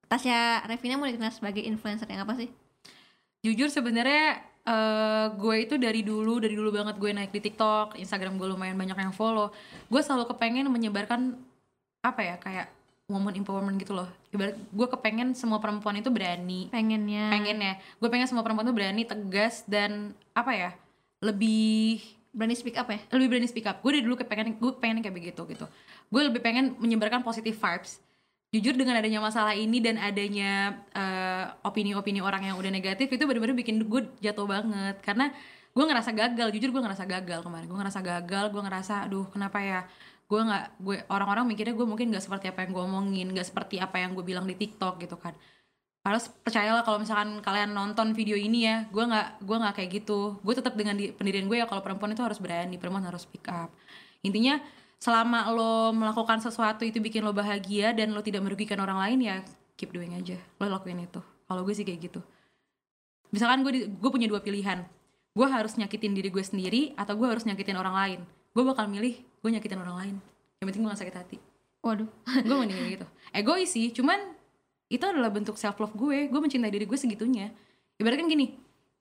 Tasya Revina mau dikenal sebagai influencer yang apa sih? Jujur sebenarnya gue itu dari dulu banget gue naik di TikTok, Instagram gue lumayan banyak yang follow. Gue selalu kepengen menyebarkan apa ya, kayak woman empowerment gitu loh. Ibarat gue kepengen semua perempuan itu berani. Pengennya. Gue pengen semua perempuan itu berani, tegas, dan apa ya, lebih Berani speak up ya? lebih berani speak up. Gue dari dulu gue pengen kayak begitu gitu. Gue lebih pengen menyebarkan positive vibes. Jujur dengan adanya masalah ini dan adanya opini-opini orang yang udah negatif itu bener-bener bikin gue jatuh banget. Karena gue ngerasa gagal, jujur gue ngerasa gagal kemarin. Gue ngerasa aduh kenapa ya orang-orang mikirnya gue mungkin gak seperti apa yang gue omongin, gak seperti apa yang gue bilang di TikTok gitu kan. Padahal percayalah kalau misalkan kalian nonton video ini ya, gue nggak kayak gitu. Gue tetap dengan pendirian gue ya, kalau perempuan itu harus berani, perempuan harus speak up. Intinya selama lo melakukan sesuatu itu bikin lo bahagia dan lo tidak merugikan orang lain, ya keep doing aja, lo lakuin itu. Kalau gue sih kayak gitu. Misalkan gue punya dua pilihan, gue harus nyakitin diri gue sendiri atau gue harus nyakitin orang lain. Gue bakal milih gue nyakitin orang lain, yang penting gue gak sakit hati. Waduh. Gue mending gitu. Egois sih, cuman itu adalah bentuk self love gue mencintai diri gue segitunya. Ibaratkan gini,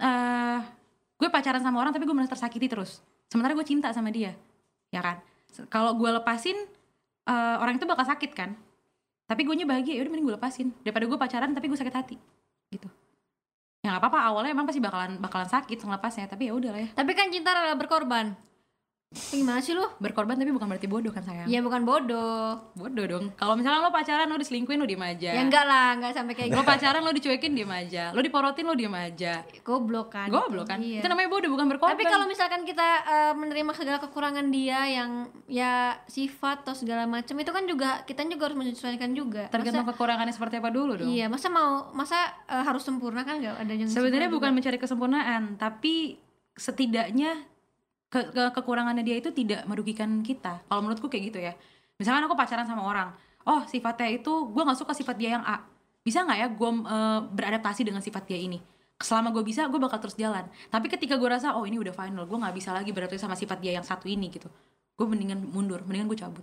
gue pacaran sama orang tapi gue merasa tersakiti terus, sementara gue cinta sama dia, ya kan? Kalau gue lepasin, orang itu bakal sakit kan, tapi gue nya bahagia, yaudah mending gue lepasin daripada gue pacaran tapi gue sakit hati gitu. Ya nggak apa-apa, awalnya emang pasti bakalan sakit ngelepasnya, tapi ya udahlah ya. Tapi kan cinta adalah berkorban. Gimana sih lu? Berkorban tapi bukan berarti bodoh kan sayang? Ya bukan bodoh. Bodoh dong. Kalau misalnya lo pacaran, lo diselingkuhin, lo diem aja. Ya enggak lah, enggak sampai kayak gitu. Lo pacaran, lo dicuekin, diem aja. Lo diporotin, lo diem aja. Goblok kan. Goblok kan? Iya. Itu namanya bodoh, bukan berkorban. Tapi kalau misalkan kita menerima segala kekurangan dia yang ya sifat atau segala macam, itu kan juga kita juga harus menyesuaikan juga. Tergantung kekurangannya seperti apa dulu dong. Iya, masa harus sempurna kan, enggak ada yang sebenarnya bukan juga. mencari kesempurnaan, tapi setidaknya kekurangannya dia itu tidak merugikan kita. Kalau menurutku kayak gitu ya. Misalkan aku pacaran sama orang, oh sifatnya itu gue nggak suka sifat dia yang A, bisa nggak ya gue beradaptasi dengan sifat dia ini? Selama gue bisa, gue bakal terus jalan. Tapi ketika gue rasa oh ini udah final, gue nggak bisa lagi beradaptasi sama sifat dia yang satu ini gitu, gue mendingan mundur, mendingan gue cabut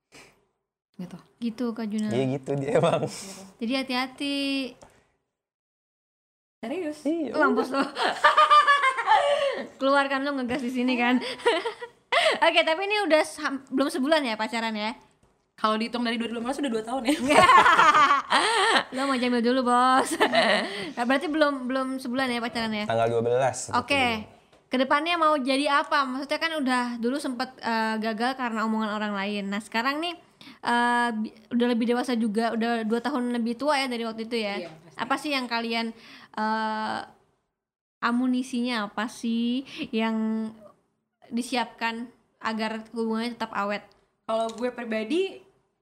gitu Kak Juna. Iya gitu dia bang. Jadi hati-hati. serius. Iya. Mampus lo. Keluarkan lo ngegas di sini kan. Oke, tapi ini udah belum sebulan ya pacaran ya? Kalau dihitung dari 2015 sudah 2 tahun ya. Lo mau jamil dulu bos. Nah, berarti belum sebulan ya pacaran ya? Tanggal 12. Oke. Kedepannya mau jadi apa? Maksudnya kan udah dulu sempat gagal karena omongan orang lain. Nah sekarang nih udah lebih dewasa juga, udah 2 tahun lebih tua ya dari waktu itu ya. Iya, pasti. Apa sih yang kalian amunisinya apa sih yang disiapkan agar hubungannya tetap awet? Kalau gue pribadi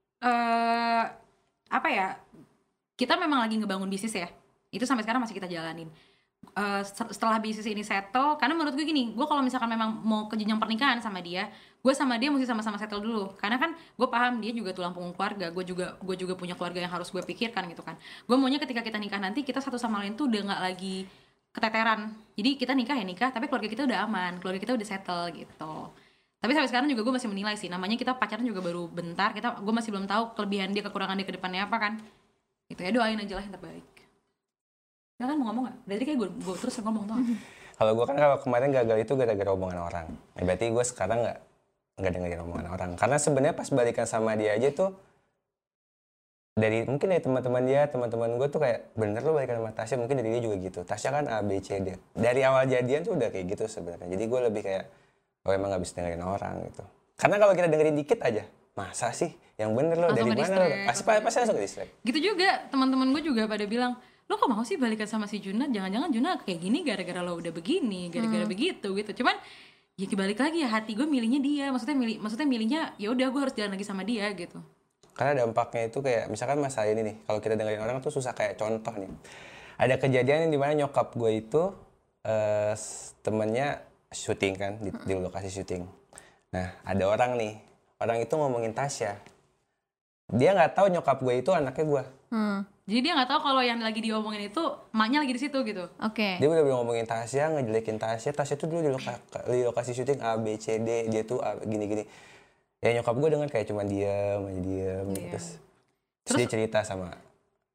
apa ya, kita memang lagi ngebangun bisnis ya, itu sampai sekarang masih kita jalanin. Setelah bisnis ini settle, karena menurut gue gini, gue kalau misalkan memang mau ke jenjang pernikahan sama dia, gue sama dia mesti sama-sama settle dulu, karena kan gue paham dia juga tulang punggung keluarga, gue juga punya keluarga yang harus gue pikirkan gitu kan. Gue maunya ketika kita nikah nanti kita satu sama lain tuh udah nggak lagi keteteran, jadi kita nikah ya nikah, tapi keluarga kita udah aman, keluarga kita udah settle gitu. Tapi sampai sekarang juga gue masih menilai sih, namanya kita pacaran juga baru bentar, gue masih belum tahu kelebihan dia, kekurangan dia ke depannya apa kan. Gitu ya, doain aja lah yang terbaik. Ya kan mau ngomong nggak? Berarti kayak gue terus ngomong tuh. Kalau gue kan kalau kemarin gagal itu gara-gara omongan orang. Ya, berarti gue sekarang nggak dengerin omongan orang. Karena sebenarnya pas balikan sama dia aja tuh mungkin dari teman-teman dia, teman-teman gue tuh kayak bener lo balikan sama Tasya, mungkin dari dia juga gitu. Tasya kan A, B, C, D. Dari awal jadian tuh udah kayak gitu sebenarnya. Jadi gue lebih kayak oh emang nggak bisa dengerin orang gitu. Karena kalau kita dengerin dikit aja, masa sih yang bener lo Langsung dari mana lo? Pasti langsung ke-distract. Gitu juga teman-teman gue juga pada bilang, lo kok mau sih balikan sama si Junat? Jangan-jangan Junat kayak gini gara-gara lo udah begini, gara-gara begitu gitu. Cuman ya balik lagi ya, hati gue milihnya dia. Maksudnya milihnya ya udah gue harus jalan lagi sama dia gitu. Karena dampaknya itu kayak misalkan masalah ini nih, kalau kita dengerin orang tuh susah. Kayak contoh nih, ada kejadian yang dimana nyokap gue itu temennya syuting kan di lokasi syuting. Nah ada orang itu ngomongin Tasya, dia nggak tahu nyokap gue itu anaknya gue. Jadi dia nggak tahu kalau yang lagi diomongin itu emaknya lagi di situ gitu. Oke. Dia udah ngomongin Tasya, ngejelekin Tasya. Tasya tuh dulu di lokasi syuting A, B, C, D, dia tuh gini-gini. Ya nyokap gue dengan kayak cuma diam. Iya. Terus dia cerita sama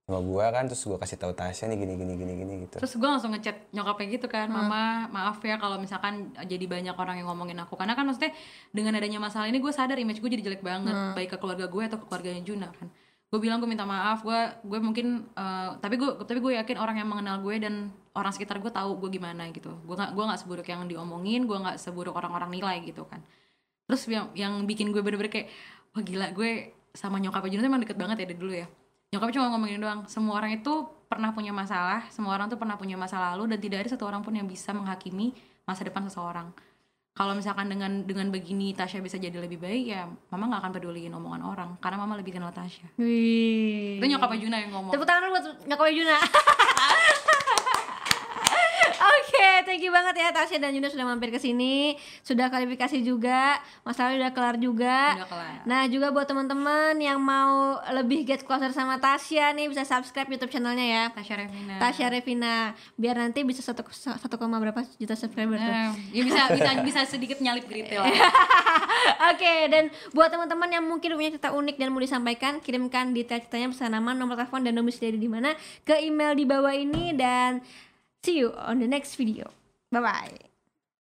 sama gue kan, terus gue kasih tahu Tasya nih gini gitu. Terus gue langsung ngechat nyokapnya gitu kan, mama maaf ya kalau misalkan jadi banyak orang yang ngomongin aku, karena kan maksudnya dengan adanya masalah ini gue sadar image gue jadi jelek banget, baik ke keluarga gue atau ke keluarganya Juna kan. Gue bilang gue minta maaf, gue mungkin tapi gue yakin orang yang mengenal gue dan orang sekitar gue tahu gue gimana gitu. Gue nggak seburuk yang diomongin, gue nggak seburuk orang-orang nilai gitu kan. Terus yang bikin gue bener-bener kayak wah gila, gue sama nyokapnya Juna tuh emang deket banget ya dari dulu ya. Nyokapnya cuma ngomongin doang, semua orang itu pernah punya masalah, semua orang tuh pernah punya masa lalu, dan tidak ada satu orang pun yang bisa menghakimi masa depan seseorang. Kalau misalkan dengan begini Tasya bisa jadi lebih baik, ya mama nggak akan peduliin omongan orang, karena mama lebih kenal Tasya. Wih. Itu nyokapnya Juna yang ngomong. Tepuk tangan buat nyokapnya Juna. Oke, thank you banget ya Tasya dan Juna sudah mampir ke sini, sudah klarifikasi juga, masalahnya udah kelar juga. Udah kelar. Nah, juga buat teman-teman yang mau lebih get closer sama Tasya nih, bisa subscribe YouTube channelnya ya. Tasya Revina. Biar nanti bisa 1, berapa juta subscriber tuh. Ya bisa sedikit nyalip detail lah. Oke, dan buat teman-teman yang mungkin punya cerita unik dan mau disampaikan, kirimkan detail ceritanya beserta nama, nomor telepon, dan domisili di mana ke email di bawah ini, dan see you on the next video. Bye bye.